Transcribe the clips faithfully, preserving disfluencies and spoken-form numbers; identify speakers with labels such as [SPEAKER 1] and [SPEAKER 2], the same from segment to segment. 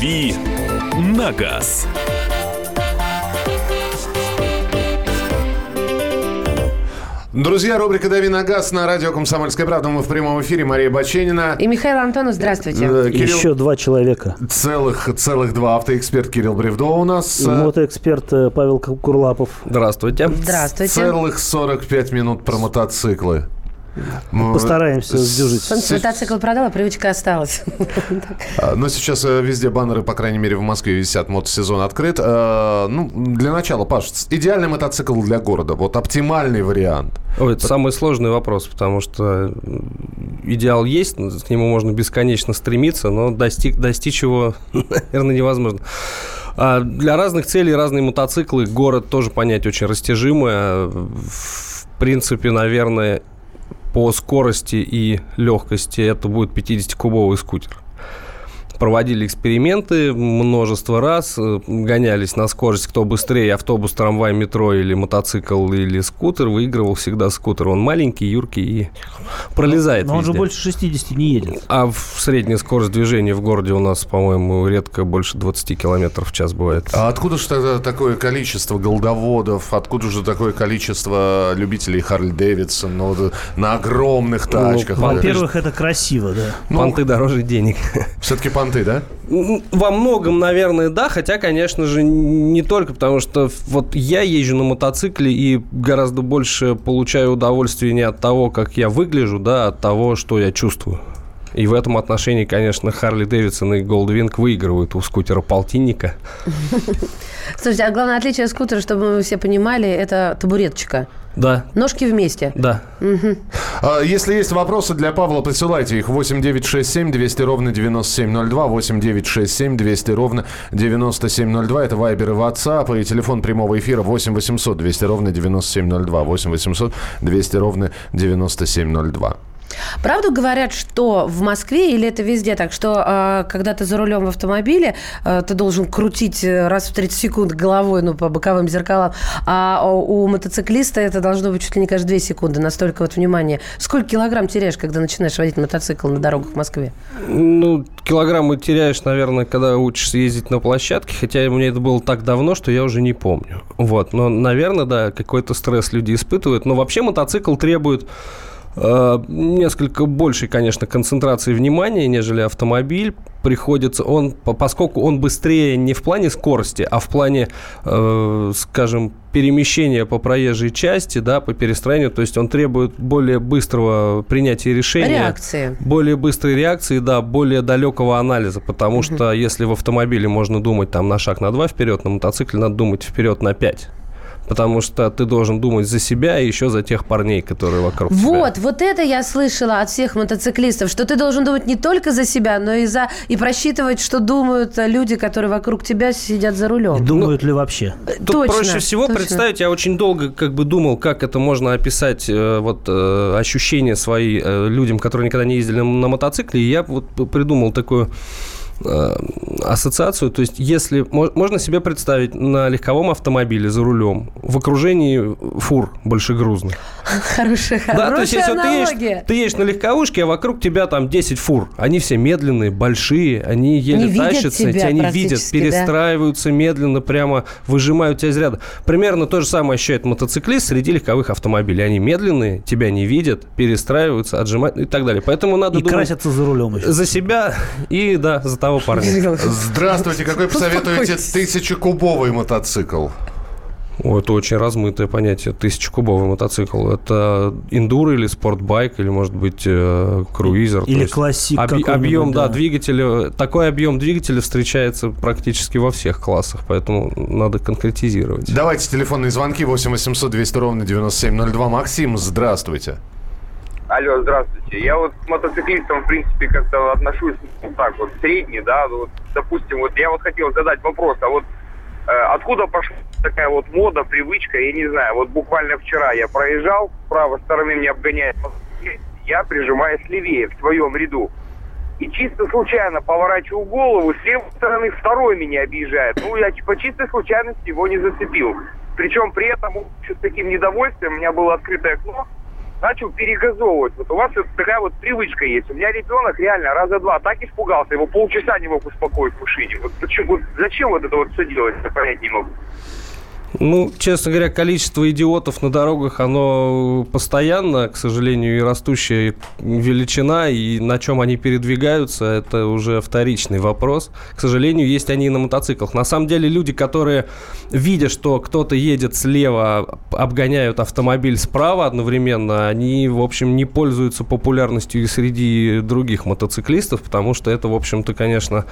[SPEAKER 1] «Дави на газ».
[SPEAKER 2] Друзья, рубрика «Дави на газ» на радио «Комсомольская правда». Мы в прямом эфире. Мария Баченина.
[SPEAKER 3] И Михаил Антонов. Здравствуйте.
[SPEAKER 4] Кирилл... Еще два человека.
[SPEAKER 2] Целых, целых два. Автоэксперт Кирилл Бревдо у нас.
[SPEAKER 4] И мотоэксперт Павел Курлапов.
[SPEAKER 5] Здравствуйте.
[SPEAKER 3] Здравствуйте.
[SPEAKER 2] Целых сорок пять минут про мотоциклы.
[SPEAKER 4] Постараемся сдюжить.
[SPEAKER 3] Солнце мотоцикл продал, а привычка осталась.
[SPEAKER 2] Но сейчас везде баннеры, по крайней мере, в Москве висят. Мотосезон открыт. Ну, для начала, Паш, идеальный мотоцикл для города. Вот оптимальный вариант.
[SPEAKER 5] Ой, это самый сложный вопрос, потому что идеал есть, к нему можно бесконечно стремиться, но достиг, достичь его, наверное, невозможно. А для разных целей разные мотоциклы. Город тоже понять очень растяжимое. В принципе, наверное, по скорости и легкости это будет пятидесятикубовый скутер. Проводили эксперименты множество раз, гонялись на скорость, кто быстрее, автобус, трамвай, метро или мотоцикл, или скутер, выигрывал всегда скутер. Он маленький, юркий и пролезает
[SPEAKER 4] Но
[SPEAKER 5] везде.
[SPEAKER 4] он же больше шестидесяти не едет.
[SPEAKER 5] А в средняя скорость движения в городе у нас, по-моему, редко больше двадцать километров в час бывает.
[SPEAKER 2] А откуда же тогда такое количество голдоводов, откуда же такое количество любителей Харли Дэвидсон ну, на огромных тачках?
[SPEAKER 4] Ну, во-первых, это красиво, да.
[SPEAKER 5] Ну, понты дороже денег.
[SPEAKER 2] Все-таки понты, да?
[SPEAKER 5] Во многом, наверное, да, хотя, конечно же, не только, потому что вот я езжу на мотоцикле и гораздо больше получаю удовольствие не от того, как я выгляжу, да, а от того, что я чувствую. И в этом отношении, конечно, Харли Дэвидсон и Голдвинг выигрывают у скутера полтинника.
[SPEAKER 3] Слушайте, а главное отличие скутера, чтобы мы все понимали, это табуреточка.
[SPEAKER 5] Да.
[SPEAKER 3] Ножки вместе.
[SPEAKER 5] Да.
[SPEAKER 3] Угу.
[SPEAKER 2] Если есть вопросы для Павла, присылайте их. восемь девятьсот шестьдесят семь двести ровно девяносто семь ноль два. восемь девятьсот шестьдесят семь двести ровно девяносто семь ноль два. Это Вайбер и WhatsApp. И телефон прямого эфира восемь восемьсот двести ровно девяносто семь ноль два. восемь восемьсот двести ровно девяносто семь ноль два.
[SPEAKER 3] Правду говорят, что в Москве, или это везде так, что э, когда ты за рулем в автомобиле, э, ты должен крутить раз в тридцать секунд головой, ну, по боковым зеркалам, а у мотоциклиста это должно быть чуть ли не каждые две секунды, настолько вот внимание. Сколько килограмм теряешь, когда начинаешь водить мотоцикл на дорогах в Москве?
[SPEAKER 5] Ну, килограммы теряешь, наверное, когда учишься ездить на площадке, хотя у меня это было так давно, что я уже не помню. Вот, но, наверное, да, какой-то стресс люди испытывают, но вообще мотоцикл требует несколько большей, конечно, концентрации внимания, нежели автомобиль. Приходится он, поскольку он быстрее не в плане скорости, а в плане, э, скажем, перемещения по проезжей части, да, по перестроению, то есть он требует более быстрого принятия решения.
[SPEAKER 3] Реакции.
[SPEAKER 5] Более быстрой реакции, да, более далекого анализа, потому uh-huh. что если в автомобиле можно думать там на шаг, на два вперед, на мотоцикле надо думать вперед на пять. Потому что ты должен думать за себя и еще за тех парней, которые вокруг тебя.
[SPEAKER 3] Вот, вот это я слышала от всех мотоциклистов, что ты должен думать не только за себя, но и за и просчитывать, что думают люди, которые вокруг тебя сидят за рулем.
[SPEAKER 4] И думают ну, ли вообще?
[SPEAKER 5] Тут
[SPEAKER 3] точно,
[SPEAKER 5] проще всего
[SPEAKER 3] точно.
[SPEAKER 5] представить, я очень долго как бы думал, как это можно описать, э, вот э, ощущения свои э, людям, которые никогда не ездили на, на мотоцикле, и я вот придумал такую ассоциацию, то есть если можно себе представить на легковом автомобиле за рулем в окружении фур большегрузных.
[SPEAKER 3] Хорошая,
[SPEAKER 5] да,
[SPEAKER 3] хорошая
[SPEAKER 5] то есть если
[SPEAKER 3] аналогия.
[SPEAKER 5] Ты, едешь, ты едешь на легковушке, а вокруг тебя там десять фур, они все медленные, большие, они еле
[SPEAKER 3] не
[SPEAKER 5] тащатся,
[SPEAKER 3] тебя,
[SPEAKER 5] тебя не видят, перестраиваются да? медленно, прямо выжимают тебя из ряда. Примерно то же самое ощущает мотоциклист среди легковых автомобилей. Они медленные, тебя не видят, перестраиваются, отжимают и так далее. Поэтому надо
[SPEAKER 4] и
[SPEAKER 5] думать
[SPEAKER 4] красятся за рулем еще.
[SPEAKER 5] За себя и, да, за того парня.
[SPEAKER 2] Здравствуйте, какой посоветуете тысячекубовый мотоцикл?
[SPEAKER 5] О, это очень размытое понятие. Тысячекубовый мотоцикл. Это эндуро или спортбайк, или, может быть, э, круизер.
[SPEAKER 4] Или классик
[SPEAKER 5] об, Объем, да, да, двигателя. Такой объем двигателя встречается практически во всех классах, поэтому надо конкретизировать.
[SPEAKER 2] Давайте телефонные звонки восемь восемьсот двести ровно девяносто семь ноль два. Максим, здравствуйте.
[SPEAKER 6] Алло, здравствуйте. Я вот к мотоциклистам, в принципе, как-то отношусь вот так вот, средний, да, вот, допустим, вот я вот хотел задать вопрос, а вот э, откуда пошла такая вот мода, привычка, я не знаю, вот буквально вчера я проезжал, с правой стороны меня обгоняет мотоциклист, я прижимаюсь левее в своем ряду. И чисто случайно поворачиваю голову, с левой стороны второй меня объезжает. Ну, я по чистой случайности его не зацепил. Причем при этом с таким недовольствием, у меня было открытое окно, начал перегазовывать. Вот у вас вот такая вот привычка есть. У меня ребенок реально раза два так испугался, его полчаса не мог успокоить в машине. Вот зачем вот, зачем вот это вот все делать, я понять не могу.
[SPEAKER 5] Ну, честно говоря, количество идиотов на дорогах, оно постоянно, к сожалению, и растущая величина, и на чем они передвигаются, это уже вторичный вопрос. К сожалению, есть они и на мотоциклах. На самом деле, люди, которые, видя, что кто-то едет слева, обгоняют автомобиль справа одновременно, они, в общем, не пользуются популярностью и среди других мотоциклистов, потому что это, в общем-то, конечно,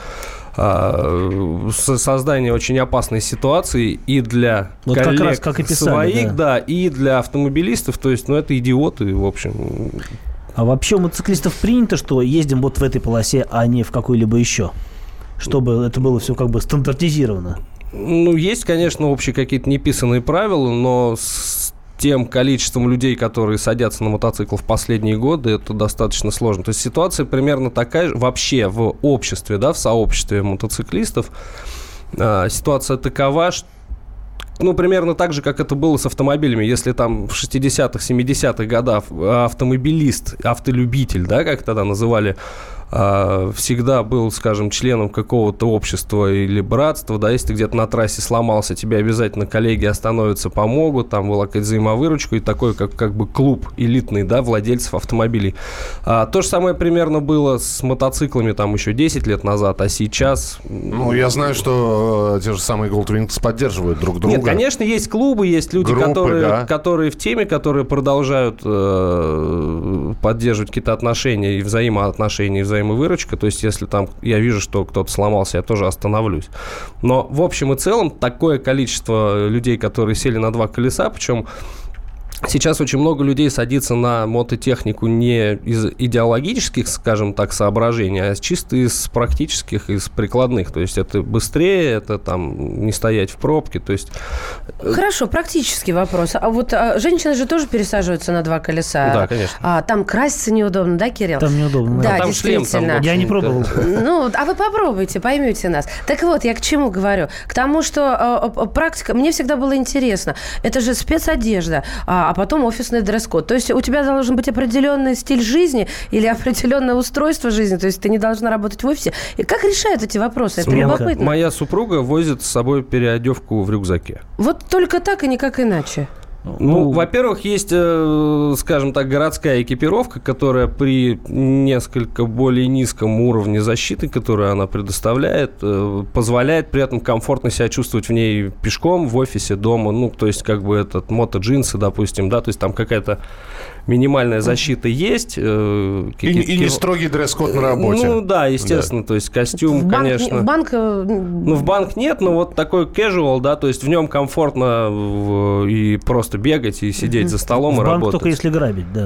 [SPEAKER 5] создание очень опасной ситуации и для
[SPEAKER 4] вот
[SPEAKER 5] коллег
[SPEAKER 4] как раз, как и писали,
[SPEAKER 5] своих,
[SPEAKER 4] да.
[SPEAKER 5] да, и для автомобилистов. То есть, ну, это идиоты, в общем.
[SPEAKER 4] А вообще у мотоциклистов принято, что ездим вот в этой полосе, а не в какой-либо еще? Чтобы это было все как бы стандартизировано.
[SPEAKER 5] Ну, есть, конечно, общие какие-то неписанные правила, но с тем количеством людей, которые садятся на мотоцикл в последние годы, это достаточно сложно. То есть ситуация примерно такая же вообще в обществе, да, в сообществе мотоциклистов. Э, ситуация такова, что ну, примерно так же, как это было с автомобилями. Если там в шестидесятых, семидесятых годах автомобилист, автолюбитель, да, как тогда называли, всегда был, скажем, членом какого-то общества или братства, да, если ты где-то на трассе сломался, тебе обязательно коллеги остановятся, помогут, там была какая-то взаимовыручка и такой, как, как бы клуб элитный, да, владельцев автомобилей. А, то же самое примерно было с мотоциклами там еще десять лет назад, а сейчас...
[SPEAKER 2] Ну, я знаю, что э, те же самые Goldwings поддерживают друг друга.
[SPEAKER 5] Нет, конечно, есть клубы, есть люди,
[SPEAKER 2] группы,
[SPEAKER 5] которые,
[SPEAKER 2] да.
[SPEAKER 5] которые в теме, которые продолжают э, поддерживать какие-то отношения и взаимоотношения, и взаимоотношения, выручка, то есть если там я вижу, что кто-то сломался, я тоже остановлюсь. Но в общем и целом такое количество людей, которые сели на два колеса, причем сейчас очень много людей садится на мототехнику не из идеологических, скажем так, соображений, а чисто из практических, из прикладных. То есть это быстрее, это там не стоять в пробке. То есть...
[SPEAKER 3] Хорошо, практический вопрос. А вот а, женщины же тоже пересаживаются на два колеса.
[SPEAKER 5] Да, конечно.
[SPEAKER 3] А, там краситься неудобно, да, Кирилл?
[SPEAKER 4] Там неудобно.
[SPEAKER 3] Да,
[SPEAKER 5] а там
[SPEAKER 3] действительно.
[SPEAKER 5] шлем, там,
[SPEAKER 4] я не пробовал.
[SPEAKER 3] Ну, а вы попробуйте, поймете нас. Так вот, я к чему говорю? К тому, что э, практика... Мне всегда было интересно. Это же спецодежда, а, а потом офисный дресс-код. То есть у тебя должен быть определенный стиль жизни или определенное устройство жизни. То есть ты не должна работать в офисе. И как решают эти вопросы? Это
[SPEAKER 4] Сменка.
[SPEAKER 3] любопытно.
[SPEAKER 5] Моя супруга возит с собой переодевку в рюкзаке.
[SPEAKER 3] Вот только так и никак иначе.
[SPEAKER 5] Ну,
[SPEAKER 4] Ну,
[SPEAKER 5] во-первых, есть, э, скажем так, городская экипировка, которая при несколько более низком уровне защиты, которую она предоставляет, э, позволяет при этом комфортно себя чувствовать в ней пешком, в офисе, дома. Ну, то есть, как бы этот мото-джинсы, допустим, да, то есть там какая-то минимальная защита есть. Э,
[SPEAKER 2] и, и не строгий дресс-код на работе.
[SPEAKER 5] Ну, да, естественно, да. То есть костюм,
[SPEAKER 3] в банк,
[SPEAKER 5] конечно.
[SPEAKER 3] В банк...
[SPEAKER 5] Ну, в банк нет, но вот такой casual, да, то есть в нем комфортно в, и просто бегать и сидеть за столом
[SPEAKER 4] в
[SPEAKER 5] и
[SPEAKER 4] банк
[SPEAKER 5] работать.
[SPEAKER 4] только если грабить, да.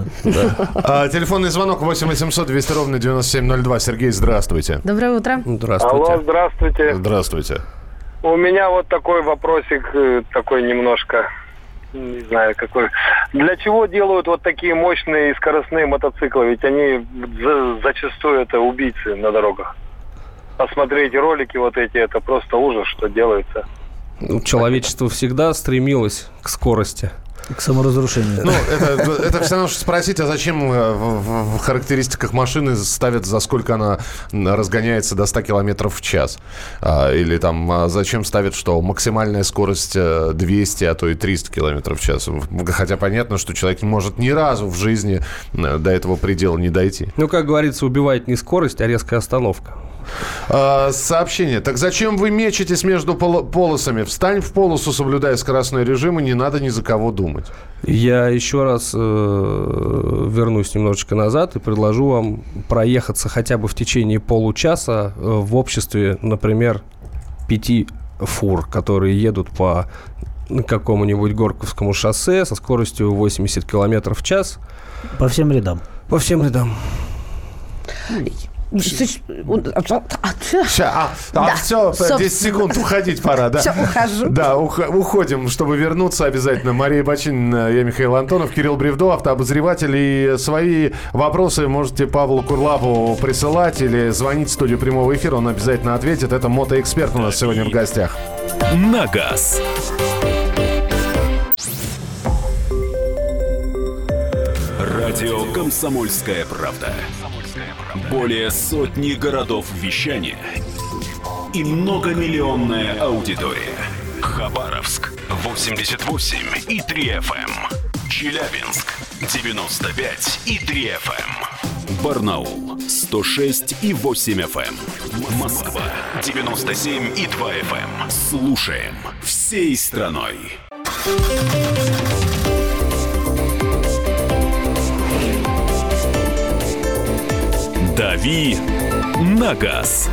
[SPEAKER 2] А, телефонный звонок восемь восемьсот двести ровно девяносто семь ноль два. Сергей, здравствуйте.
[SPEAKER 3] Доброе утро.
[SPEAKER 5] Здравствуйте.
[SPEAKER 6] Алло, здравствуйте.
[SPEAKER 2] Здравствуйте.
[SPEAKER 6] У меня вот такой вопросик, э, такой немножко, не знаю какой. Для чего делают вот такие мощные и скоростные мотоциклы? Ведь они за- зачастую это убийцы на дорогах. Посмотрите ролики вот эти, это просто ужас, что делается.
[SPEAKER 5] Ну, человечество всегда стремилось к скорости.
[SPEAKER 4] К саморазрушению.
[SPEAKER 2] Ну, это, это все равно, что спросить, а зачем в, в, в характеристиках машины ставят, за сколько она разгоняется до ста километров в час? А, или там, а зачем ставят, что максимальная скорость двести, а то и триста километров в час? Хотя понятно, что человек не может ни разу в жизни до этого предела не дойти.
[SPEAKER 5] Ну, как говорится, убивает не скорость, а резкая остановка.
[SPEAKER 2] А, сообщение. Так зачем вы мечетесь между пол- полосами? Встань в полосу, соблюдая скоростной режим, и не надо ни за кого думать.
[SPEAKER 5] Я еще раз э, вернусь немножечко назад и предложу вам проехаться хотя бы в течение получаса э, в обществе, например, пяти фур, которые едут по какому-нибудь Горьковскому шоссе со скоростью восемьдесят километров в час.
[SPEAKER 4] По всем рядам.
[SPEAKER 5] По всем рядам.
[SPEAKER 2] Ща, а, а
[SPEAKER 3] Да,
[SPEAKER 2] все,
[SPEAKER 3] собственно.
[SPEAKER 2] десять секунд, уходить пора, да?
[SPEAKER 3] Все, ухожу.
[SPEAKER 2] Да, ух- уходим, чтобы вернуться обязательно. Мария Бачинина, я Михаил Антонов, Кирилл Бревдо, автообозреватель. И свои вопросы можете Павлу Курлапу присылать или звонить в студию прямого эфира, он обязательно ответит. Это мотоэксперт у нас сегодня в гостях.
[SPEAKER 1] На газ. Радио «Комсомольская правда». Более сотни городов вещания и многомиллионная аудитория. Хабаровск восемьдесят восемь и три эф эм. Челябинск девяносто пять и три эф эм. Барнаул сто шесть и восемь эф эм. Москва девяносто семь и два эф эм. Слушаем всей страной. «Дави на газ».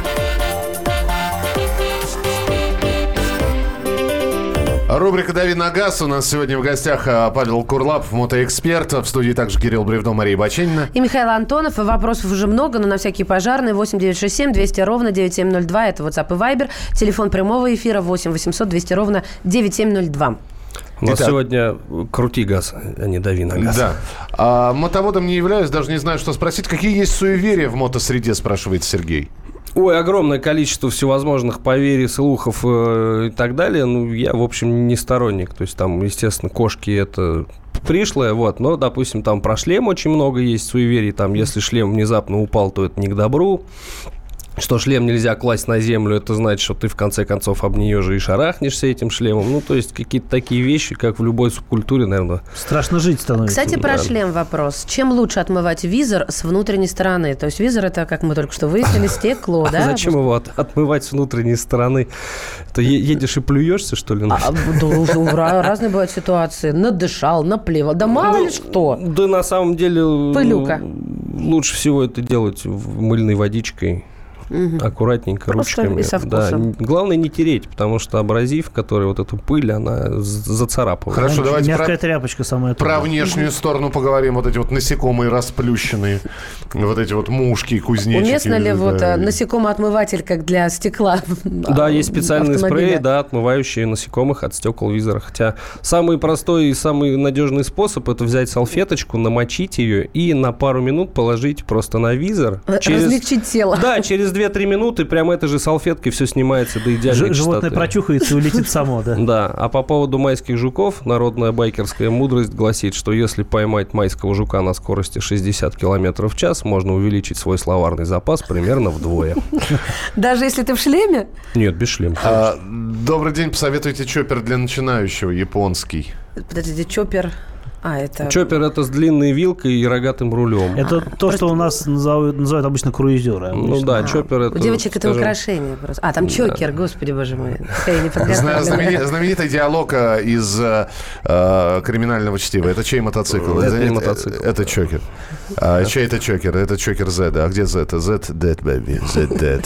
[SPEAKER 2] Рубрика «Дави на газ». У нас сегодня в гостях Павел Курлапов, мотоэксперт. В студии также Кирилл Бревдо, Мария Баченина.
[SPEAKER 3] И Михаил Антонов. Вопросов уже много, но на всякие пожарные. восемь девятьсот шестьдесят семь двести ровно девяносто семь ноль два. Это WhatsApp и Viber. Телефон прямого эфира восемь восемьсот двести ровно девяносто семь ноль два.
[SPEAKER 5] У нас
[SPEAKER 2] Итак.
[SPEAKER 5] сегодня крути газ, а не дави на газ.
[SPEAKER 2] Да. А, мотоводом не являюсь, даже не знаю, что спросить. Какие есть суеверия в мотосреде, спрашивает Сергей.
[SPEAKER 5] Ой, огромное количество всевозможных поверий, слухов э, и так далее. Ну, я, в общем, не сторонник. То есть там, естественно, кошки — это пришлое, вот. Но, допустим, там про шлем очень много есть суеверий. Там, если шлем внезапно упал, то это не к добру. Что шлем нельзя класть на землю, это значит, что ты в конце концов об нее же и шарахнешься этим шлемом. Ну, то есть какие-то такие вещи, как в любой субкультуре, наверное.
[SPEAKER 4] Страшно жить становится.
[SPEAKER 3] Кстати, про шлем вопрос. Чем лучше отмывать визор с внутренней стороны? То есть визор — это, как мы только что выяснили, стекло, да?
[SPEAKER 5] А зачем его от- отмывать с внутренней стороны? Ты е- едешь и плюешься, что ли?
[SPEAKER 3] А, да, разные бывают ситуации. Надышал, наплевал. Да мало ли что.
[SPEAKER 5] Да на самом деле
[SPEAKER 3] Пылюка.
[SPEAKER 5] Лучше всего это делать в мыльной водичкой. Угу. Аккуратненько,
[SPEAKER 3] просто
[SPEAKER 5] ручками.
[SPEAKER 3] и со вкусом.
[SPEAKER 5] Да. Главное не тереть, потому что абразив, который вот эту пыль, она зацарапывает.
[SPEAKER 2] Хорошо,
[SPEAKER 4] Знаете,
[SPEAKER 2] давайте
[SPEAKER 4] мягкая
[SPEAKER 2] про,
[SPEAKER 4] тряпочка самая
[SPEAKER 2] про
[SPEAKER 4] трудная.
[SPEAKER 2] внешнюю сторону поговорим. Вот эти вот насекомые расплющенные, вот эти вот мушки, кузнечики.
[SPEAKER 3] Уместно ли
[SPEAKER 2] да.
[SPEAKER 3] вот а, насекомоотмыватель, как для стекла?
[SPEAKER 5] Да, есть специальные
[SPEAKER 3] автомобиля?
[SPEAKER 5] спреи, да, отмывающие насекомых от стекол визора. Хотя самый простой и самый надежный способ — это взять салфеточку, намочить ее и на пару минут положить просто на визор.
[SPEAKER 3] Размягчить тело.
[SPEAKER 5] Да, через две-три минуты прямо этой же салфеткой все снимается до идеальной
[SPEAKER 4] Ж- животное
[SPEAKER 5] чистоты.
[SPEAKER 4] прочухается и улетит само, да.
[SPEAKER 5] Да, а по поводу майских жуков, народная байкерская мудрость гласит, что если поймать майского жука на скорости шестьдесят километров в час, можно увеличить свой словарный запас примерно вдвое.
[SPEAKER 3] Даже если ты в шлеме?
[SPEAKER 5] Нет, без шлема.
[SPEAKER 2] А, добрый день, посоветуйте чоппер для начинающего, японский.
[SPEAKER 3] Подождите, чоппер... А, это...
[SPEAKER 5] Чоппер — это с длинной вилкой и рогатым рулем.
[SPEAKER 4] Это то, что у нас называют, называют обычно круизеры.
[SPEAKER 5] Ну
[SPEAKER 4] обычно.
[SPEAKER 5] да,
[SPEAKER 3] А,
[SPEAKER 5] чоппер — это...
[SPEAKER 3] У девочек это
[SPEAKER 5] скажем,
[SPEAKER 3] украшение просто. А, там чокер, господи, боже мой. Я не
[SPEAKER 2] Зна-
[SPEAKER 3] подготовлена.
[SPEAKER 2] знамени- знаменитый диалог э, из э, э, криминального чтива. Это чей мотоцикл?
[SPEAKER 5] Это
[SPEAKER 2] Знаете,
[SPEAKER 5] не мотоцикл.
[SPEAKER 2] Это, это чокер. А, чей это чокер? Это чокер Z. А где Z? Z dead, baby. Z dead.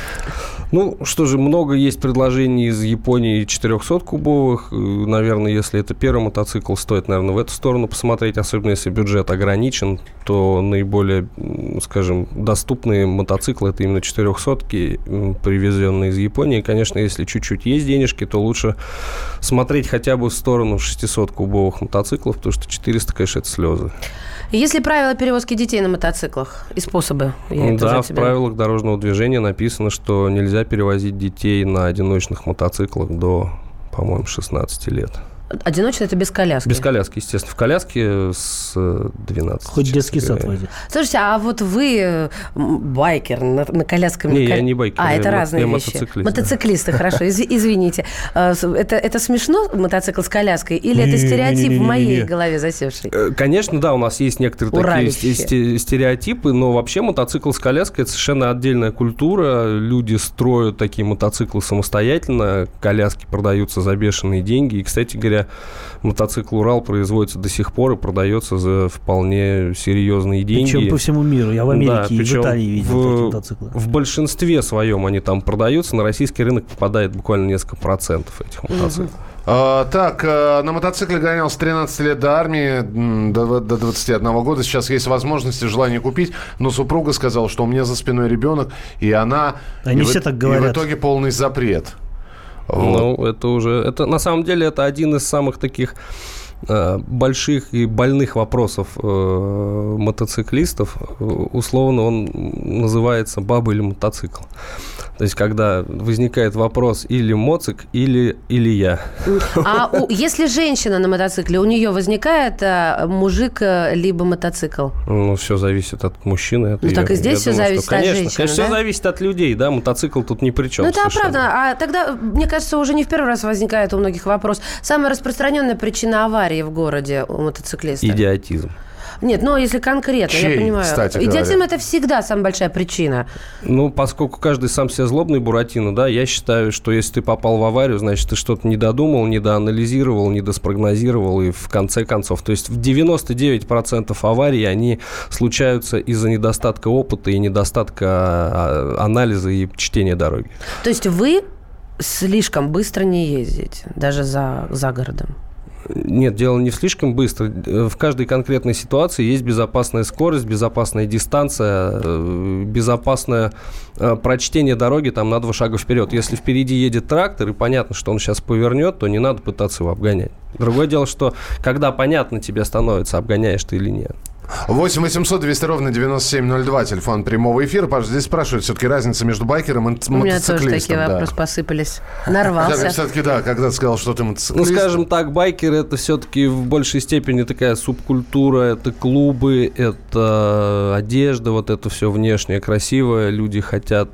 [SPEAKER 5] Ну, что же, много есть предложений из Японии четырехсот-кубовых. Наверное, если это первый мотоцикл, стоит, наверное, в эту сторону посмотреть. Особенно, если бюджет ограничен, то наиболее, скажем, доступные мотоциклы — это именно четырехсотки, привезенные из Японии. Конечно, если чуть-чуть есть денежки, то лучше смотреть хотя бы в сторону шестисот-кубовых мотоциклов, потому что четыреста, конечно, это слезы.
[SPEAKER 3] Есть ли правила перевозки детей на мотоциклах и способы? Я это
[SPEAKER 5] Да,
[SPEAKER 3] уже
[SPEAKER 5] в
[SPEAKER 3] тебе-
[SPEAKER 5] правилах дорожного движения написано, что нельзя перевозить детей на одиночных мотоциклах до, по-моему, шестнадцати лет.
[SPEAKER 3] Одиночный — это без коляски.
[SPEAKER 5] Без коляски, естественно. В коляске с двенадцати.
[SPEAKER 4] Хоть детский сад
[SPEAKER 5] говоря.
[SPEAKER 4] води.
[SPEAKER 3] Слушайте, а вот вы э, м, байкер, на, на колясках...
[SPEAKER 5] Не,
[SPEAKER 3] на
[SPEAKER 5] я
[SPEAKER 3] кол-
[SPEAKER 5] не байкер,
[SPEAKER 3] А,
[SPEAKER 5] я
[SPEAKER 3] это
[SPEAKER 5] мо-
[SPEAKER 3] разные
[SPEAKER 5] я
[SPEAKER 3] вещи.
[SPEAKER 5] мотоциклист, да.
[SPEAKER 3] Мотоциклисты, хорошо, из- извините. А, с- Это, это смешно, мотоцикл с коляской? Или это стереотип в моей голове засевший?
[SPEAKER 5] Э, Конечно, да, у нас есть некоторые такие
[SPEAKER 3] Уралище.
[SPEAKER 5] сте- сте- стереотипы, но вообще мотоцикл с коляской — это совершенно отдельная культура. Люди строят такие мотоциклы самостоятельно, коляски продаются за бешеные деньги. И, кстати говоря, мотоцикл «Урал» производится до сих пор и продается за вполне серьезные деньги.
[SPEAKER 4] Причем по всему миру. Я в Америке
[SPEAKER 5] Да,
[SPEAKER 4] и в
[SPEAKER 5] причем
[SPEAKER 4] Италии видел
[SPEAKER 5] в-
[SPEAKER 4] такие мотоциклы.
[SPEAKER 5] В большинстве своем они там продаются. На российский рынок попадает буквально несколько процентов этих мотоциклов.
[SPEAKER 2] А, так, э, на мотоцикле гонял с тринадцати лет до армии, м, до, до двадцати одного года. Сейчас есть возможность и желание купить, но супруга сказала, что у меня за спиной ребенок, и она...
[SPEAKER 4] Они
[SPEAKER 2] и
[SPEAKER 4] все
[SPEAKER 2] в,
[SPEAKER 4] так
[SPEAKER 2] И в
[SPEAKER 4] говорят.
[SPEAKER 2] итоге полный запрет. Вот.
[SPEAKER 5] Ну, это уже... Это, на самом деле, это один из самых таких э, больших и больных вопросов э, мотоциклистов. Условно он называется «баба или мотоцикл». То есть, когда возникает вопрос или моцик, или, или я.
[SPEAKER 3] А у, если женщина на мотоцикле, у нее возникает а, мужик либо мотоцикл?
[SPEAKER 5] Ну, все зависит от мужчины. От
[SPEAKER 3] ну,
[SPEAKER 5] ее.
[SPEAKER 3] так и здесь
[SPEAKER 5] Я
[SPEAKER 3] все
[SPEAKER 5] думаю,
[SPEAKER 3] зависит
[SPEAKER 5] что, конечно,
[SPEAKER 3] от женщины,
[SPEAKER 5] Конечно,
[SPEAKER 3] да?
[SPEAKER 5] все зависит от людей, да, мотоцикл тут ни при чем.
[SPEAKER 3] Ну, это
[SPEAKER 5] совершенно.
[SPEAKER 3] правда. А тогда, мне кажется, уже не в первый раз возникает у многих вопрос. Самая распространенная причина аварии в городе у мотоциклистов?
[SPEAKER 5] Идиотизм.
[SPEAKER 3] Нет, но если конкретно,
[SPEAKER 2] Чей,
[SPEAKER 3] я понимаю.
[SPEAKER 2] кстати
[SPEAKER 3] Идиотизм
[SPEAKER 2] говоря?
[SPEAKER 3] – это всегда самая большая причина.
[SPEAKER 5] Ну, поскольку каждый сам себе злобный Буратино, да, я считаю, что если ты попал в аварию, значит, ты что-то не додумал, не доанализировал, не доспрогнозировал, и в конце концов. То есть в девяносто девять процентов аварий, они случаются из-за недостатка опыта и недостатка анализа и чтения дороги.
[SPEAKER 3] То есть вы слишком быстро не ездите, даже за, за городом?
[SPEAKER 5] Нет, дело не слишком быстро. В каждой конкретной ситуации есть безопасная скорость, безопасная дистанция, безопасное прочтение дороги там на два шага вперед. Если впереди едет трактор, и понятно, что он сейчас повернет, то не надо пытаться его обгонять. Другое дело, что когда понятно тебе становится, обгоняешь ты или нет.
[SPEAKER 2] восемь восемьсот двести ровно девяносто семь ноль два, телефон прямого эфира. Паш, здесь спрашивают все-таки разница между байкером и мотоциклистом.
[SPEAKER 3] У меня тоже такие
[SPEAKER 2] да.
[SPEAKER 3] вопросы посыпались. Нарвался.
[SPEAKER 2] Все-таки, да, когда ты сказал, что ты мотоциклист.
[SPEAKER 5] Ну, скажем так, байкеры – это все-таки в большей степени такая субкультура, это клубы, это одежда, вот это все внешнее красивое. Люди хотят,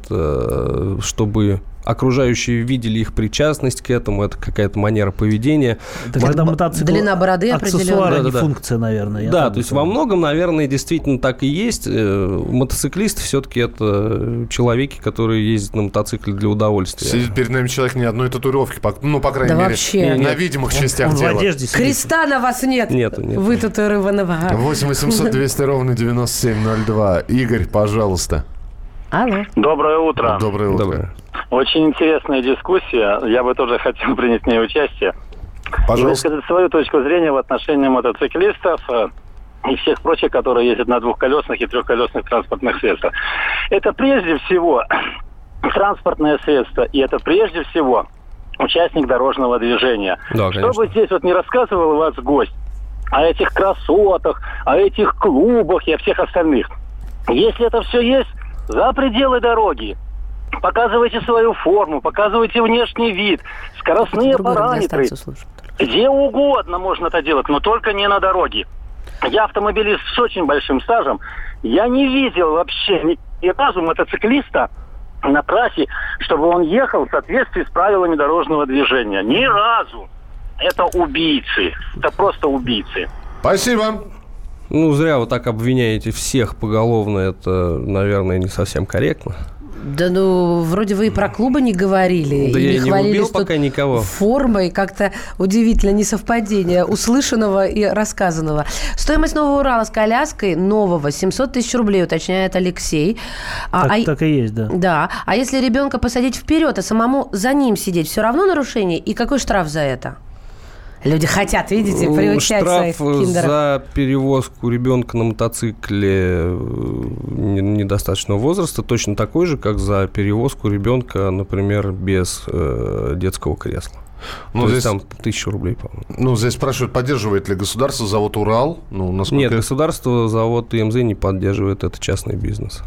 [SPEAKER 5] чтобы окружающие видели их причастность к этому, это какая-то манера поведения.
[SPEAKER 4] Это когда мотоцикл
[SPEAKER 3] длина бороды
[SPEAKER 4] аксессуар, а не
[SPEAKER 5] да, да,
[SPEAKER 4] функция, наверное.
[SPEAKER 5] Да, то есть во многом, наверное, действительно так и есть. Мотоциклист все-таки это человеки, которые ездят на мотоцикле для удовольствия.
[SPEAKER 2] Сидит перед нами человек ни одной татуировки, ну, по крайней
[SPEAKER 3] да
[SPEAKER 2] мере,
[SPEAKER 3] вообще.
[SPEAKER 2] на видимых частях
[SPEAKER 4] Он
[SPEAKER 2] тела.
[SPEAKER 4] в одежде сидит.
[SPEAKER 3] Креста на вас нет.
[SPEAKER 5] Нету, нет.
[SPEAKER 3] Вы татуированного.
[SPEAKER 2] восемь восемьсот двести ровно девяносто семь ноль два. Игорь, пожалуйста.
[SPEAKER 3] Алло.
[SPEAKER 7] Доброе утро.
[SPEAKER 2] Доброе утро.
[SPEAKER 5] Доброе.
[SPEAKER 7] Очень интересная дискуссия. Я бы тоже хотел принять в ней участие.
[SPEAKER 2] Пожалуйста.
[SPEAKER 7] И высказать свою точку зрения в отношении мотоциклистов э, и всех прочих, которые ездят на двухколесных и трехколесных транспортных средствах. Это прежде всего транспортное средство, и это прежде всего участник дорожного движения.
[SPEAKER 5] Да, конечно.
[SPEAKER 7] Что бы здесь вот не рассказывал вас гость о этих красотах, о этих клубах и о всех остальных. Если это все есть за пределы дороги, показывайте свою форму, показывайте внешний вид, скоростные параметры. Где угодно можно это делать, но только не на дороге. Я автомобилист с очень большим стажем. Я не видел вообще ни, ни разу мотоциклиста на трассе, чтобы он ехал в соответствии с правилами дорожного движения. Ни разу. Это убийцы. Это просто убийцы.
[SPEAKER 2] Спасибо.
[SPEAKER 5] Ну, зря вы так обвиняете всех поголовно. Это, наверное, не совсем корректно.
[SPEAKER 3] Да ну, вроде вы и про клубы не говорили.
[SPEAKER 5] Да
[SPEAKER 3] и
[SPEAKER 5] я
[SPEAKER 3] не
[SPEAKER 5] и не
[SPEAKER 3] хвалились
[SPEAKER 5] убил пока никого.
[SPEAKER 3] Формой. Как-то удивительно несовпадение услышанного и рассказанного. Стоимость Нового Урала с коляской нового семьсот тысяч рублей, уточняет Алексей.
[SPEAKER 4] Так,
[SPEAKER 3] а,
[SPEAKER 4] так и есть, да.
[SPEAKER 3] Да. А если ребенка посадить вперед, а самому за ним сидеть, все равно нарушение? И какой штраф за это? Люди хотят, видите, приучать
[SPEAKER 5] Штраф
[SPEAKER 3] своих киндеров.
[SPEAKER 5] за перевозку ребенка на мотоцикле недостаточного возраста точно такой же, как за перевозку ребенка, например, без э, детского кресла.
[SPEAKER 2] Ну,
[SPEAKER 5] То
[SPEAKER 2] здесь,
[SPEAKER 5] есть там тысяча рублей, по-моему.
[SPEAKER 2] Ну, здесь спрашивают, поддерживает ли государство завод «Урал»? Ну, насколько...
[SPEAKER 5] Нет, государство, завод ТМЗ не поддерживает, это частный бизнес.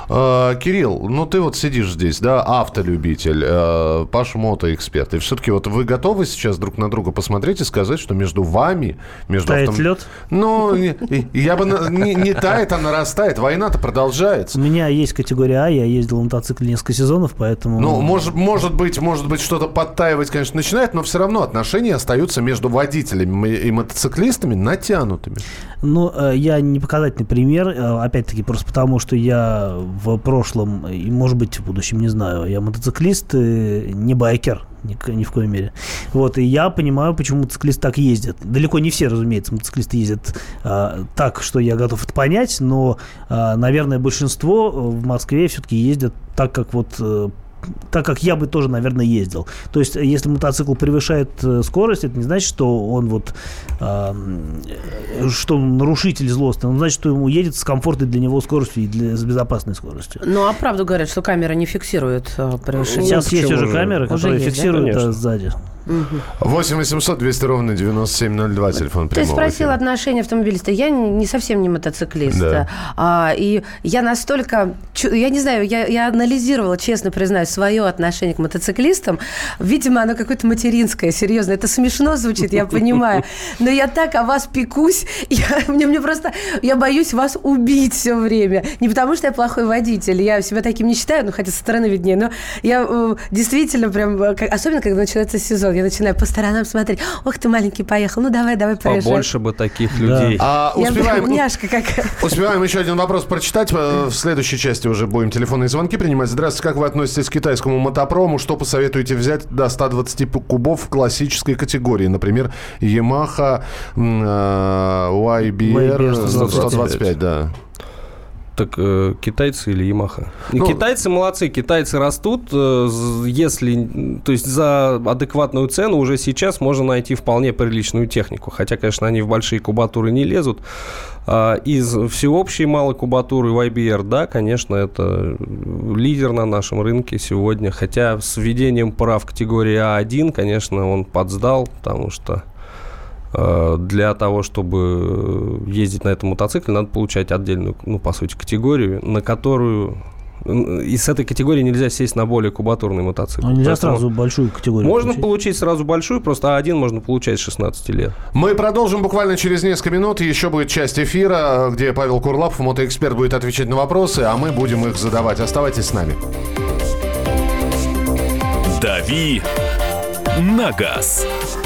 [SPEAKER 2] А, Кирилл, ну ты вот сидишь здесь, да, автолюбитель, а, Паша мотоэксперт. И все-таки вот вы готовы сейчас друг на друга посмотреть и сказать, что между вами... Между
[SPEAKER 4] Тает
[SPEAKER 2] автом...
[SPEAKER 4] лед?
[SPEAKER 2] Ну, не, я бы... Не, не тает, а нарастает. Война-то продолжается.
[SPEAKER 4] У меня есть категория А, я ездил на мотоцикле несколько сезонов, поэтому...
[SPEAKER 2] Ну, может, может быть, может быть, что-то подтаивать, конечно, начинает, но все равно отношения остаются между водителями и мотоциклистами натянутыми.
[SPEAKER 4] Ну, я не показательный пример, опять-таки, просто потому, что я в прошлом, и, может быть, в будущем, не знаю, я мотоциклист, не байкер, ни, ни в коей мере. Вот, и я понимаю, почему мотоциклисты так ездят. Далеко не все, разумеется, мотоциклисты ездят а, так, что я готов это понять, но, а, наверное, большинство в Москве все-таки ездят так, как вот... так как я бы тоже, наверное, ездил. То есть, если мотоцикл превышает скорость, это не значит, что он вот э, что он нарушитель злостный. Он значит, что ему едет с комфортной для него скоростью и для, с безопасной скоростью.
[SPEAKER 3] Ну, а правду говорят, что камера не фиксирует превышение.
[SPEAKER 4] Сейчас
[SPEAKER 5] ну,
[SPEAKER 4] есть уже
[SPEAKER 5] уже?
[SPEAKER 4] камеры,
[SPEAKER 3] Уже
[SPEAKER 4] которые
[SPEAKER 3] есть,
[SPEAKER 4] фиксируют
[SPEAKER 5] да?
[SPEAKER 4] да, сзади.
[SPEAKER 2] восемь восемьсот двести ровно девяносто семь ноль два, телефон
[SPEAKER 3] Ты
[SPEAKER 2] прямого
[SPEAKER 3] спросил
[SPEAKER 2] эфира.
[SPEAKER 3] отношения автомобилиста. Я не совсем не мотоциклист.
[SPEAKER 2] Да.
[SPEAKER 3] А, и я настолько я не знаю, я, я анализировала, честно признаюсь, свое отношение к мотоциклистам. Видимо, оно какое-то материнское, серьезно. Это смешно звучит, я понимаю. Но я так о вас пекусь. Я, мне, мне просто... Я боюсь вас убить все время. Не потому, что я плохой водитель. Я себя таким не считаю, ну, хотя со стороны виднее. Но я э, действительно прям... Особенно, когда начинается сезон. Я начинаю по сторонам смотреть. Ох, ты маленький поехал. Ну, давай, давай, проезжай.
[SPEAKER 5] Побольше бы таких людей.
[SPEAKER 2] А,
[SPEAKER 3] Я
[SPEAKER 2] успеваем,
[SPEAKER 3] прям няшка какая.
[SPEAKER 2] успеваем еще один вопрос прочитать. В следующей части уже будем телефонные звонки принимать. Здравствуйте, как вы относитесь к китайскому мотопрому? Что посоветуете взять до ста двадцати кубов в классической категории? Например, Yamaha уай би ар сто двадцать пять, да.
[SPEAKER 5] Так э, китайцы или Yamaha?
[SPEAKER 2] Ну,
[SPEAKER 5] китайцы молодцы, китайцы растут. Э, если, то есть за адекватную цену уже сейчас можно найти вполне приличную технику. Хотя, конечно, они в большие кубатуры не лезут. А из всеобщей малой кубатуры уай би ар, да, конечно, это лидер на нашем рынке сегодня. Хотя с введением прав категории а один, конечно, он подсдал, потому что для того, чтобы ездить на этом мотоцикле, надо получать отдельную, ну, по сути, категорию, на которую... И с этой категории нельзя сесть на более кубатурный мотоцикл.
[SPEAKER 4] Но нельзя
[SPEAKER 5] Поэтому
[SPEAKER 4] сразу большую категорию
[SPEAKER 5] можно
[SPEAKER 4] получить.
[SPEAKER 5] получить сразу большую, просто а один можно получать с шестнадцати лет.
[SPEAKER 2] Мы продолжим буквально через несколько минут. Еще будет часть эфира, где Павел Курлапов, мотоэксперт, будет отвечать на вопросы, а мы будем их задавать. Оставайтесь с нами.
[SPEAKER 1] «Дави на газ».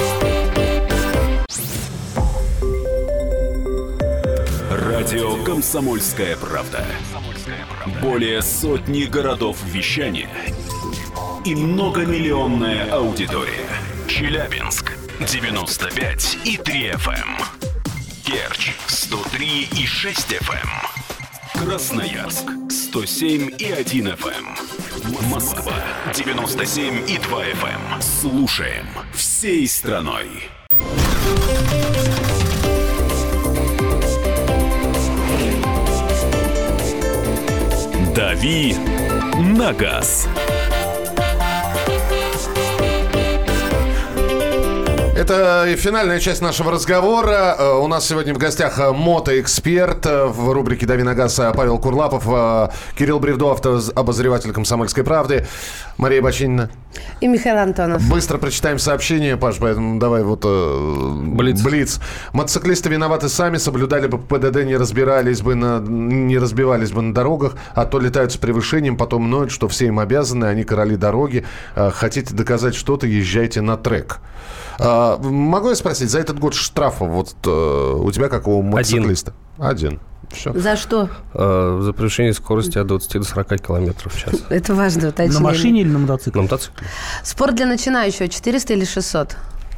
[SPEAKER 1] Радио «Комсомольская правда». Более сотни городов вещания и многомиллионная аудитория. Челябинск девяносто пять и три эф эм, Керчь сто три и шесть эф эм, Красноярск сто семь и один эф эм, Москва девяносто семь и два эф эм. Слушаем всей страной. «Дави на газ».
[SPEAKER 2] Это финальная часть нашего разговора. У нас сегодня в гостях мотоэксперт в рубрике «Дави на газ» Павел Курлапов, Кирилл Бревдо, автообозреватель «Комсомольской правды», Мария Бочинина.
[SPEAKER 3] И Михаил Антонов.
[SPEAKER 2] Быстро прочитаем сообщение, Паш, поэтому давай вот э,
[SPEAKER 5] Блиц.
[SPEAKER 2] Блиц. Мотоциклисты виноваты сами, соблюдали бы ПДД, не разбирались бы на, не разбивались бы на дорогах, а то летают с превышением, потом ноют, что все им обязаны, они короли дороги. Э, хотите доказать что-то, езжайте на трек. Э, могу я спросить, за этот год штрафов вот э, у тебя как у мотоциклиста? Один. Один. Все.
[SPEAKER 3] За что?
[SPEAKER 5] Э, за превышение скорости от двадцати до сорока километров в час.
[SPEAKER 3] Это важно уточнение.
[SPEAKER 4] На машине или на мотоцикле?
[SPEAKER 5] На мотоцикле.
[SPEAKER 3] Спорт для начинающего четыреста или шестьсот?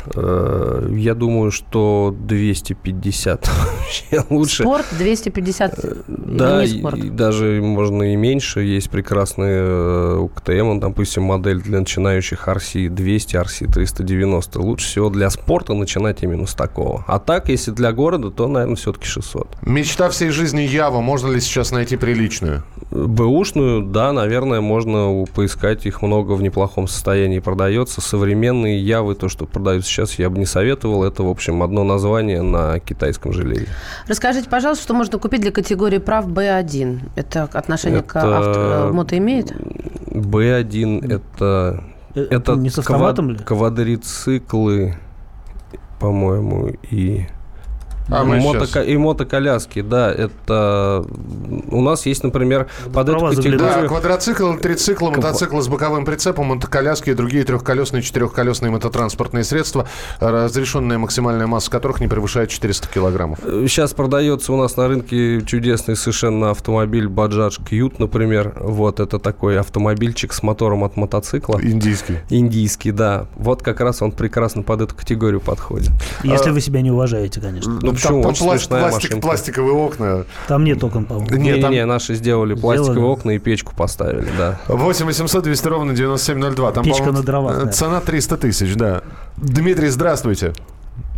[SPEAKER 5] Э, я думаю, что двести пятьдесят вообще лучше.
[SPEAKER 3] Спорт двести пятьдесят.
[SPEAKER 5] Да,
[SPEAKER 3] или не спорт?
[SPEAKER 5] и, и даже можно и меньше. Есть прекрасные э, у ка тэ эм, допустим, модель для начинающих ар си двести, ар си триста девяносто. Лучше всего для спорта начинать именно с такого. А так, если для города, то, наверное, все-таки шестьсот.
[SPEAKER 2] Мечта всей жизни Ява. Можно ли сейчас найти приличную?
[SPEAKER 5] Бэушную, да, наверное, можно поискать. Их много в неплохом состоянии продается. Современные Явы, то, что продаются сейчас, я бы не советовал. Это, в общем, одно название на китайском железе.
[SPEAKER 3] Расскажите, пожалуйста, что можно купить для категории прав бэ один? Это отношение
[SPEAKER 5] Это...
[SPEAKER 3] к авто... мото имеет?
[SPEAKER 5] бэ один это...
[SPEAKER 4] Это,
[SPEAKER 5] это
[SPEAKER 4] не с автоматом ли?
[SPEAKER 5] Квадроциклы, по-моему, и...
[SPEAKER 2] А мы
[SPEAKER 5] Мотоко-
[SPEAKER 2] сейчас...
[SPEAKER 5] И мотоколяски, да, это... У нас есть, например, под эту
[SPEAKER 4] права
[SPEAKER 5] категорию...
[SPEAKER 2] Да, квадроциклы, трициклы, мотоциклы с боковым прицепом, мотоколяски и другие трехколесные, четырехколесные мототранспортные средства, разрешенная максимальная масса которых не превышает четыреста килограммов.
[SPEAKER 5] Сейчас продается у нас на рынке чудесный совершенно автомобиль Bajaj Qute, например. Вот, это такой автомобильчик с мотором от мотоцикла.
[SPEAKER 2] Индийский.
[SPEAKER 5] Индийский, да. Вот как раз он прекрасно под эту категорию подходит.
[SPEAKER 4] Если
[SPEAKER 2] А...
[SPEAKER 4] вы себя не уважаете, конечно.
[SPEAKER 5] Ну, почему?
[SPEAKER 2] Там,
[SPEAKER 5] Очень
[SPEAKER 2] там
[SPEAKER 5] смешная
[SPEAKER 2] пластик,
[SPEAKER 5] машинка.
[SPEAKER 2] пластиковые окна.
[SPEAKER 4] Там нет окон, по-моему.
[SPEAKER 2] Нет, там-
[SPEAKER 5] Не-не-не, наши сделали пластиковые
[SPEAKER 4] Сделали?
[SPEAKER 5] окна и печку поставили, да.
[SPEAKER 2] восемь восемьсот двести ровно девяносто семь ноль два. Там,
[SPEAKER 4] Печка
[SPEAKER 2] по-моему,
[SPEAKER 4] на дровах,
[SPEAKER 2] э,
[SPEAKER 4] наверное.
[SPEAKER 2] цена триста тысяч, да. Дмитрий, здравствуйте.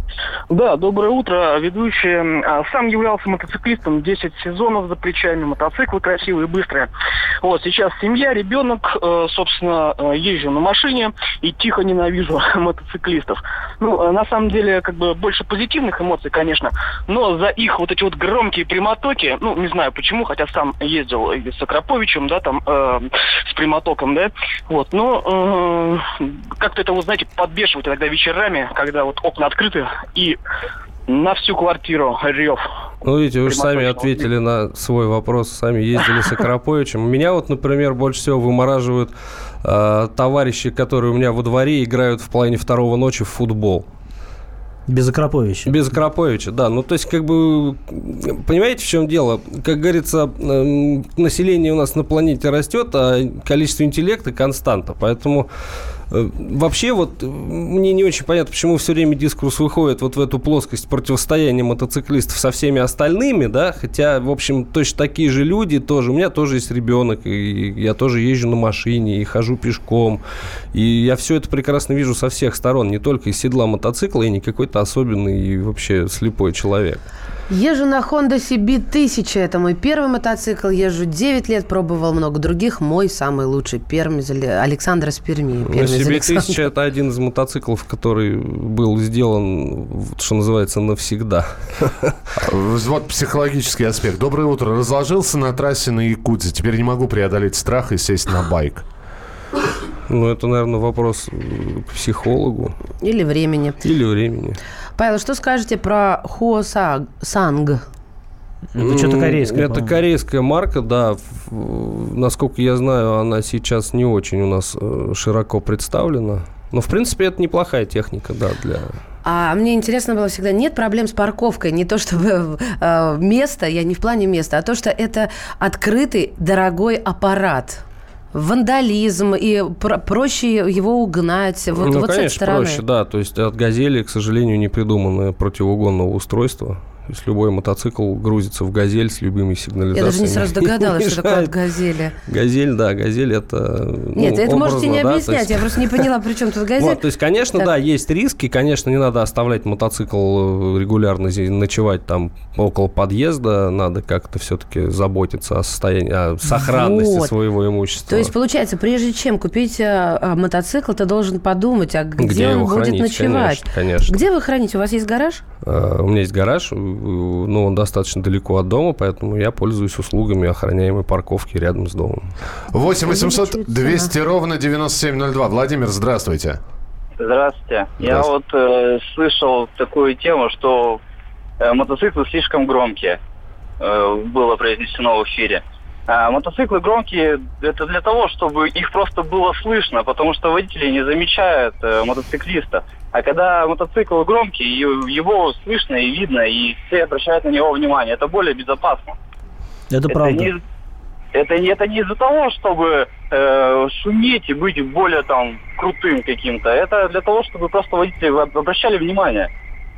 [SPEAKER 8] Да, доброе утро, ведущий. Сам являлся мотоциклистом, десять сезонов за плечами, мотоциклы красивые и быстрые. Вот, сейчас семья, ребенок, собственно, езжу на машине и тихо ненавижу мотоциклистов. Ну, на самом деле, как бы больше позитивных эмоций, конечно, но за их вот эти вот громкие прямотоки, ну, не знаю почему, хотя сам ездил и с Акроповичем, да, там, э, с прямотоком, да, вот, но э, как-то это, вот, знаете, подбешивает иногда вечерами, когда вот окна открыты и на всю квартиру рев.
[SPEAKER 5] Ну, видите, вы же сами ответили на свой вопрос, сами ездили с Акроповичем. Меня вот, например, больше всего вымораживают э, товарищи, которые у меня во дворе играют в половине второго ночи в футбол.
[SPEAKER 4] Без Акроповича.
[SPEAKER 5] Без Акроповича, да. Ну, то есть, как бы, понимаете, в чем дело? Как говорится, население у нас на планете растет, а количество интеллекта константа. Поэтому вообще вот мне не очень понятно, почему все время дискурс выходит вот в эту плоскость противостояния мотоциклистов со всеми остальными, да, хотя, в общем, точно такие же люди тоже. У меня тоже есть ребенок, и я тоже езжу на машине, и хожу пешком, и я все это прекрасно вижу со всех сторон, не только из седла мотоцикла, и не какой-то особенный и вообще слепой человек.
[SPEAKER 3] Езжу на Honda си би тысяча. Это мой первый мотоцикл. Езжу девять лет, пробовал много других. Мой самый лучший Пермь, Александр из Перми.
[SPEAKER 5] си би тысяча – это один из мотоциклов, который был сделан, что называется, навсегда.
[SPEAKER 2] Вот психологический аспект. Доброе утро. Разложился на трассе на Якутии. Теперь не могу преодолеть страх и сесть на байк.
[SPEAKER 5] Ну, это, наверное, вопрос к психологу.
[SPEAKER 3] Или времени.
[SPEAKER 5] Или времени.
[SPEAKER 3] Павел, что скажете про Хуосанг?
[SPEAKER 4] Это что-то корейское.
[SPEAKER 5] Это по-моему. Корейская марка, да. Насколько я знаю, она сейчас не очень у нас широко представлена. Но, в принципе, это неплохая техника, да, для...
[SPEAKER 3] А мне интересно было всегда, нет проблем с парковкой, не то чтобы э, место, я не в плане места, а то, что это открытый, дорогой аппарат. Вандализм, и про- проще его угнать. Вот,
[SPEAKER 5] ну,
[SPEAKER 3] вот
[SPEAKER 5] конечно, проще, да. То есть от «Газели», к сожалению, не придумано противоугонного устройства. То есть любой мотоцикл грузится в «Газель» с любыми сигнализациями.
[SPEAKER 3] Я даже не сразу догадалась, что такое «Газели».
[SPEAKER 5] «Газель», да, «Газель» — это...
[SPEAKER 3] Нет,
[SPEAKER 5] ну,
[SPEAKER 3] это
[SPEAKER 5] образно,
[SPEAKER 3] можете не
[SPEAKER 5] да,
[SPEAKER 3] объяснять,
[SPEAKER 5] есть...
[SPEAKER 3] я просто не поняла, при чем тут «Газель».
[SPEAKER 5] Вот, то есть, конечно, так. Да, есть риски, конечно, не надо оставлять мотоцикл регулярно ночевать там около подъезда, надо как-то все-таки заботиться о состоянии, о сохранности вот. Своего имущества.
[SPEAKER 3] То есть, получается, прежде чем купить а, мотоцикл, ты должен подумать, а где, где он будет хранить, ночевать.
[SPEAKER 5] Конечно, конечно.
[SPEAKER 3] Где вы храните? У вас есть гараж?
[SPEAKER 5] А, у меня есть гараж, но он достаточно далеко от дома, поэтому я пользуюсь услугами охраняемой парковки рядом с домом.
[SPEAKER 2] восемь восемьсот двести ровно девяносто семь ноль два. Владимир, здравствуйте.
[SPEAKER 9] Здравствуйте. Я вот э, слышал такую тему, что э, мотоциклы слишком громкие. Э, было произнесено в эфире. А мотоциклы громкие это для того, чтобы их просто было слышно, потому что водители не замечают э, мотоциклиста. А когда мотоцикл громкий, его слышно и видно, и все обращают на него внимание. Это более безопасно.
[SPEAKER 4] Это, это правда.
[SPEAKER 9] Не, это, это не из-за того, чтобы э, шуметь и быть более там крутым каким-то. Это для того, чтобы просто водители обращали внимание.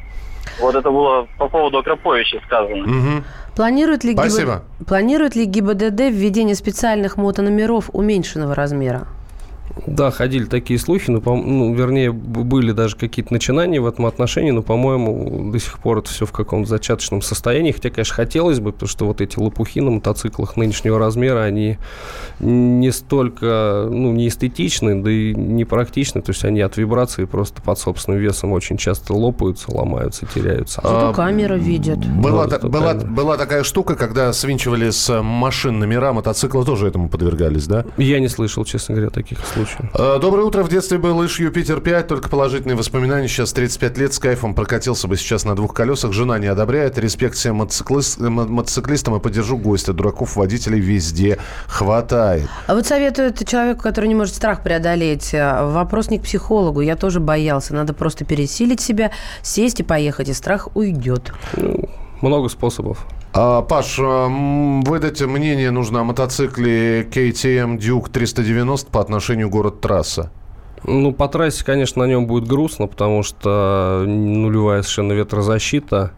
[SPEAKER 9] Вот это было по поводу Акроповича сказано.
[SPEAKER 2] Угу.
[SPEAKER 3] Планирует ли,
[SPEAKER 2] Спасибо.
[SPEAKER 3] ГИБ... Планирует ли ГИБДД введение специальных мотономеров уменьшенного размера?
[SPEAKER 5] Да, ходили такие слухи, но, ну, вернее, были даже какие-то начинания в этом отношении, но, по-моему, до сих пор это все в каком-то зачаточном состоянии, хотя, конечно, хотелось бы, потому что вот эти лопухи на мотоциклах нынешнего размера, они не столько, ну, не эстетичны, да и не практичны, то есть они от вибрации просто под собственным весом очень часто лопаются, ломаются, теряются.
[SPEAKER 3] Зато а, камера видит.
[SPEAKER 2] Была, ну, та, была, была такая штука, когда свинчивали с машин номера, мотоциклы тоже этому подвергались, да?
[SPEAKER 5] Я не слышал, честно говоря, таких случаев.
[SPEAKER 2] Доброе утро. В детстве был Иж Юпитер пять, только положительные воспоминания. Сейчас тридцать пять лет, с кайфом прокатился бы сейчас на двух колесах. Жена не одобряет. Респект всем мотоциклист, мотоциклистам и поддержу гостя. Дураков водителей везде хватает.
[SPEAKER 3] А вот советует человеку, который не может страх преодолеть. Вопрос не к психологу. Я тоже боялся. Надо просто пересилить себя, сесть и поехать, и страх уйдет.
[SPEAKER 5] Ну, много способов.
[SPEAKER 2] А, Паш, выдать мнение нужно о мотоцикле кей ти эм Duke триста девяносто по отношению город-трасса.
[SPEAKER 5] Ну, по трассе, конечно, на нем будет грустно, потому что нулевая совершенно ветрозащита.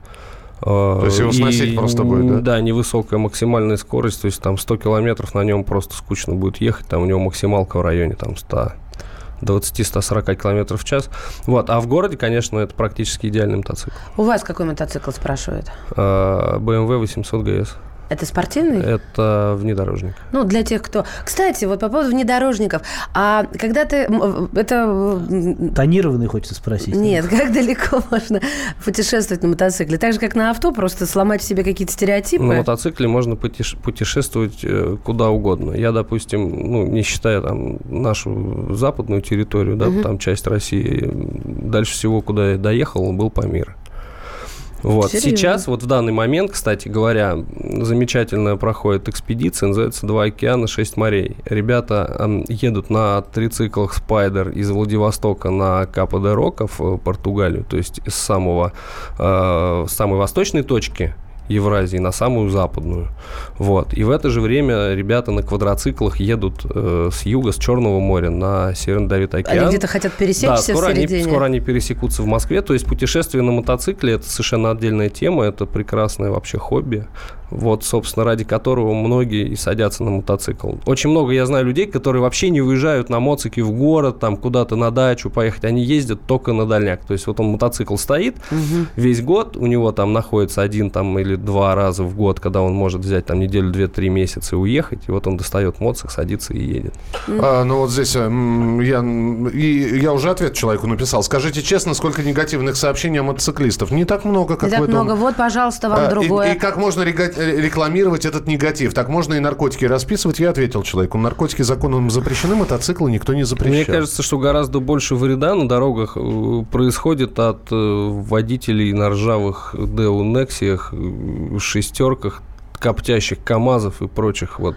[SPEAKER 2] То есть его сносить и, просто будет, да?
[SPEAKER 5] Да, невысокая максимальная скорость, то есть там сто километров на нем просто скучно будет ехать, там у него максималка в районе там сто двадцать - сто сорок километров в час. Вот. А в городе, конечно, это практически идеальный мотоцикл.
[SPEAKER 3] У вас какой мотоцикл, спрашивают?
[SPEAKER 5] бэ эм вэ восемьсот джи эс.
[SPEAKER 3] Это спортивный?
[SPEAKER 5] Это внедорожник.
[SPEAKER 3] Ну, для тех, кто... Кстати, вот по поводу внедорожников. А когда ты... Это...
[SPEAKER 4] Тонированный, хочется спросить.
[SPEAKER 3] Нет, как далеко можно путешествовать на мотоцикле? Так же, как на авто, просто сломать в себе какие-то стереотипы?
[SPEAKER 5] На мотоцикле можно путешествовать куда угодно. Я, допустим, ну, не считая там нашу западную территорию, да, угу. там часть России, дальше всего, куда я доехал, был Памир. Вот. Сейчас, вот в данный момент, кстати говоря, замечательная проходит экспедиция, называется «Два океана, шесть морей». Ребята э, едут на трициклах «Спайдер» из Владивостока на Капо-де-Рока в Португалию, то есть с самого, э, с самой восточной точки Евразии на самую западную. Вот. И в это же время ребята на квадроциклах едут э, с юга, с Черного моря на Северный Ледовитый океан.
[SPEAKER 3] Они где-то хотят пересечься, да,
[SPEAKER 5] скоро
[SPEAKER 3] в середине?
[SPEAKER 5] Они, скоро они пересекутся в Москве. То есть путешествие на мотоцикле – это совершенно отдельная тема, это прекрасное вообще хобби. Вот, собственно, ради которого многие и садятся на мотоцикл. Очень много я знаю людей, которые вообще не выезжают на моцике в город, там куда-то на дачу поехать. Они ездят только на дальняк. То есть вот он, мотоцикл стоит угу. весь год, у него там находится один там, или два раза в год, когда он может взять там неделю, две-три месяца и уехать. И вот он достает моцик, садится и едет.
[SPEAKER 2] А, ну вот здесь я, и, я уже ответ человеку написал. Скажите честно, сколько негативных сообщений о мотоциклистов? Не так много, как
[SPEAKER 3] Не так много. Вот, пожалуйста, вам а, другое.
[SPEAKER 2] И, и как можно рекламировать этот негатив? Так можно и наркотики расписывать? Я ответил человеку. Наркотики законом запрещены, мотоциклы никто не запрещает.
[SPEAKER 5] Мне кажется, что гораздо больше вреда на дорогах происходит от водителей на ржавых Дэу Нексиях, шестерках, коптящих КАМАЗов и прочих вот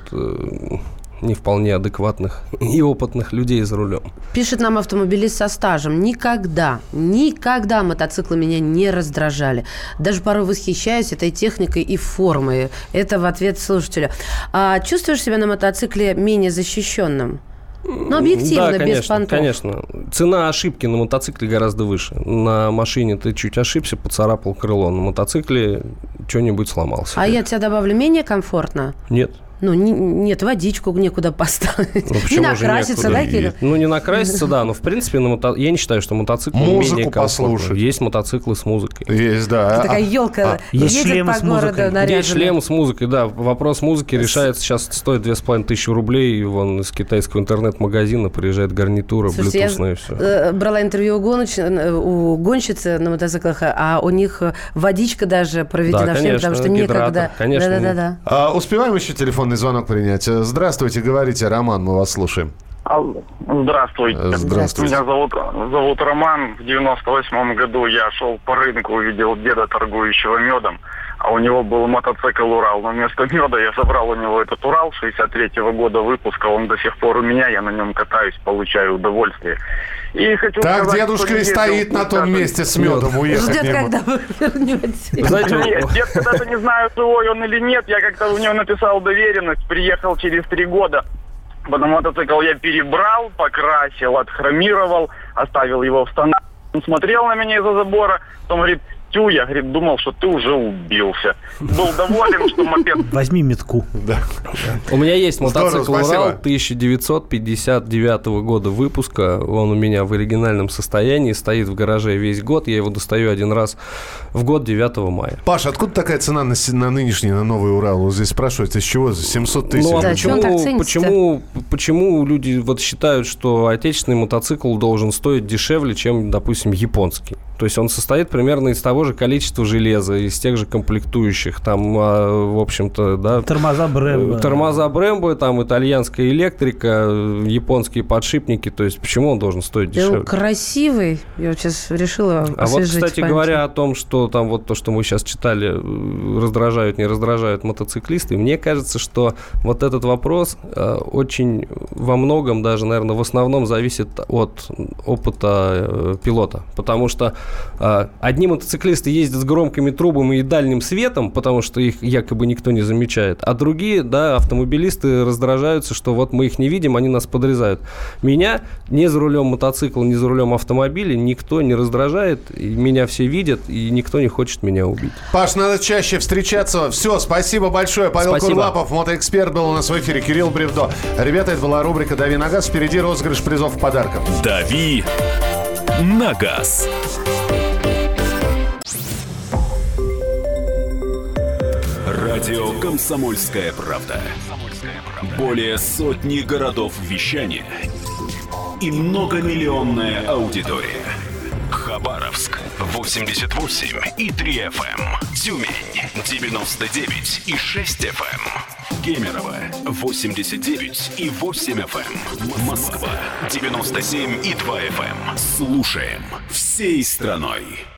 [SPEAKER 5] не вполне адекватных и опытных людей за рулем.
[SPEAKER 3] Пишет нам автомобилист со стажем. Никогда, никогда мотоциклы меня не раздражали. Даже порой восхищаюсь этой техникой и формой. Это в ответ слушателю. А чувствуешь себя на мотоцикле менее защищенным? Ну, объективно,
[SPEAKER 5] да, конечно,
[SPEAKER 3] без понтов.
[SPEAKER 5] конечно. Цена ошибки на мотоцикле гораздо выше. На машине ты чуть ошибся, поцарапал крыло. На мотоцикле что-нибудь сломался.
[SPEAKER 3] А я тебя добавлю, менее комфортно?
[SPEAKER 5] Нет.
[SPEAKER 3] Ну, не, нет, водичку некуда поставить.
[SPEAKER 5] Ну,
[SPEAKER 3] не накраситься, да, Кирилл?
[SPEAKER 5] Ну, не накраситься, да, но, в принципе, на мото... я не считаю, что мотоцикл
[SPEAKER 2] музыку
[SPEAKER 5] менее комфортный.
[SPEAKER 2] Послушать.
[SPEAKER 5] Есть мотоциклы с музыкой.
[SPEAKER 2] Есть, да.
[SPEAKER 3] Такая елка а,
[SPEAKER 4] есть
[SPEAKER 3] едет по городу наряженная.
[SPEAKER 5] Есть шлем с музыкой, да. Вопрос музыки решается. Сейчас стоит две с половиной тысячи рублей. И вон из китайского интернет-магазина приезжает гарнитура, блютусная и все.
[SPEAKER 3] Я брала интервью у, гоноч... у гонщицы на мотоциклах, а у них водичка даже проведена
[SPEAKER 5] да,
[SPEAKER 3] в шлеме, потому что некогда.
[SPEAKER 5] Конечно.
[SPEAKER 3] Да, да, да, да.
[SPEAKER 2] А, успеваем еще телефонный звонок принять? Здравствуйте, говорите, Роман, мы вас слушаем.
[SPEAKER 6] Здравствуйте.
[SPEAKER 2] Здравствуйте.
[SPEAKER 6] Меня зовут, зовут Роман. В девяносто восьмом году я шел по рынку, увидел деда, торгующего медом, а у него был мотоцикл «Урал». Но вместо меда я забрал у него этот «Урал» шестьдесят третьего года выпуска. Он до сих пор у меня, я на нем катаюсь, получаю удовольствие. И хочу
[SPEAKER 2] так
[SPEAKER 6] сказать,
[SPEAKER 2] дедушка и стоит на том месте с медом, уехать
[SPEAKER 3] ждет,
[SPEAKER 2] не
[SPEAKER 3] когда вы вернетесь.
[SPEAKER 6] Знаете, нет, детка даже не знаю, живой он или нет. Я как-то у него написал доверенность, приехал через три года. Потом мотоцикл я перебрал, покрасил, отхромировал, оставил его в стонах. Он смотрел на меня из-за забора, потом говорит: тю, я, говорит, думал, что ты уже убился. Был доволен, что мопед...
[SPEAKER 4] Возьми метку.
[SPEAKER 2] Да.
[SPEAKER 5] У меня есть мотоцикл
[SPEAKER 2] Здорово,
[SPEAKER 5] «Урал» тысяча девятьсот пятьдесят девятого года выпуска. Он у меня в оригинальном состоянии, стоит в гараже весь год. Я его достаю один раз в год, девятого мая.
[SPEAKER 2] Паша, откуда такая цена на, на нынешний, на новый «Урал»? Вот здесь спрашивается, из чего? семьсот тысяч?
[SPEAKER 5] Ну, а
[SPEAKER 3] да,
[SPEAKER 5] почему, почему, почему люди вот считают, что отечественный мотоцикл должен стоить дешевле, чем, допустим, японский? То есть он состоит примерно из того же количества железа, из тех же комплектующих, там, в общем-то, да.
[SPEAKER 4] Тормоза Брэмбо.
[SPEAKER 5] Тормоза Брэмбо, там, итальянская электрика, японские подшипники. То есть почему он должен стоить дешевле?
[SPEAKER 3] Он красивый. Я вот сейчас решила
[SPEAKER 5] А вот, кстати говоря, о том, что там вот то, что мы сейчас читали, раздражают, не раздражают мотоциклисты, мне кажется, что вот этот вопрос э, очень во многом, даже, наверное, в основном зависит от опыта э, пилота. Потому что Одни мотоциклисты ездят с громкими трубами и дальним светом, потому что их якобы никто не замечает, а другие, да, автомобилисты раздражаются, что вот мы их не видим, они нас подрезают. Меня ни за рулем мотоцикла, ни за рулем автомобиля никто не раздражает, и меня все видят, и никто не хочет меня убить.
[SPEAKER 2] Паш, надо чаще встречаться. Все, спасибо большое. Павел
[SPEAKER 5] Спасибо.
[SPEAKER 2] Курлапов, мотоэксперт, был у нас в эфире. Кирилл Бревдо. Ребята, это была рубрика «Дави на газ». Впереди розыгрыш призов и подарков.
[SPEAKER 1] «Дави на газ». Радио «Комсомольская правда». Более сотни городов вещания и многомиллионная аудитория. Хабаровск восемьдесят восемь и три эф эм, Тюмень девяносто девять и шесть эф эм, Кемерово восемьдесят девять и восемь эф эм, Москва девяносто семь и два эф эм. Слушаем всей страной.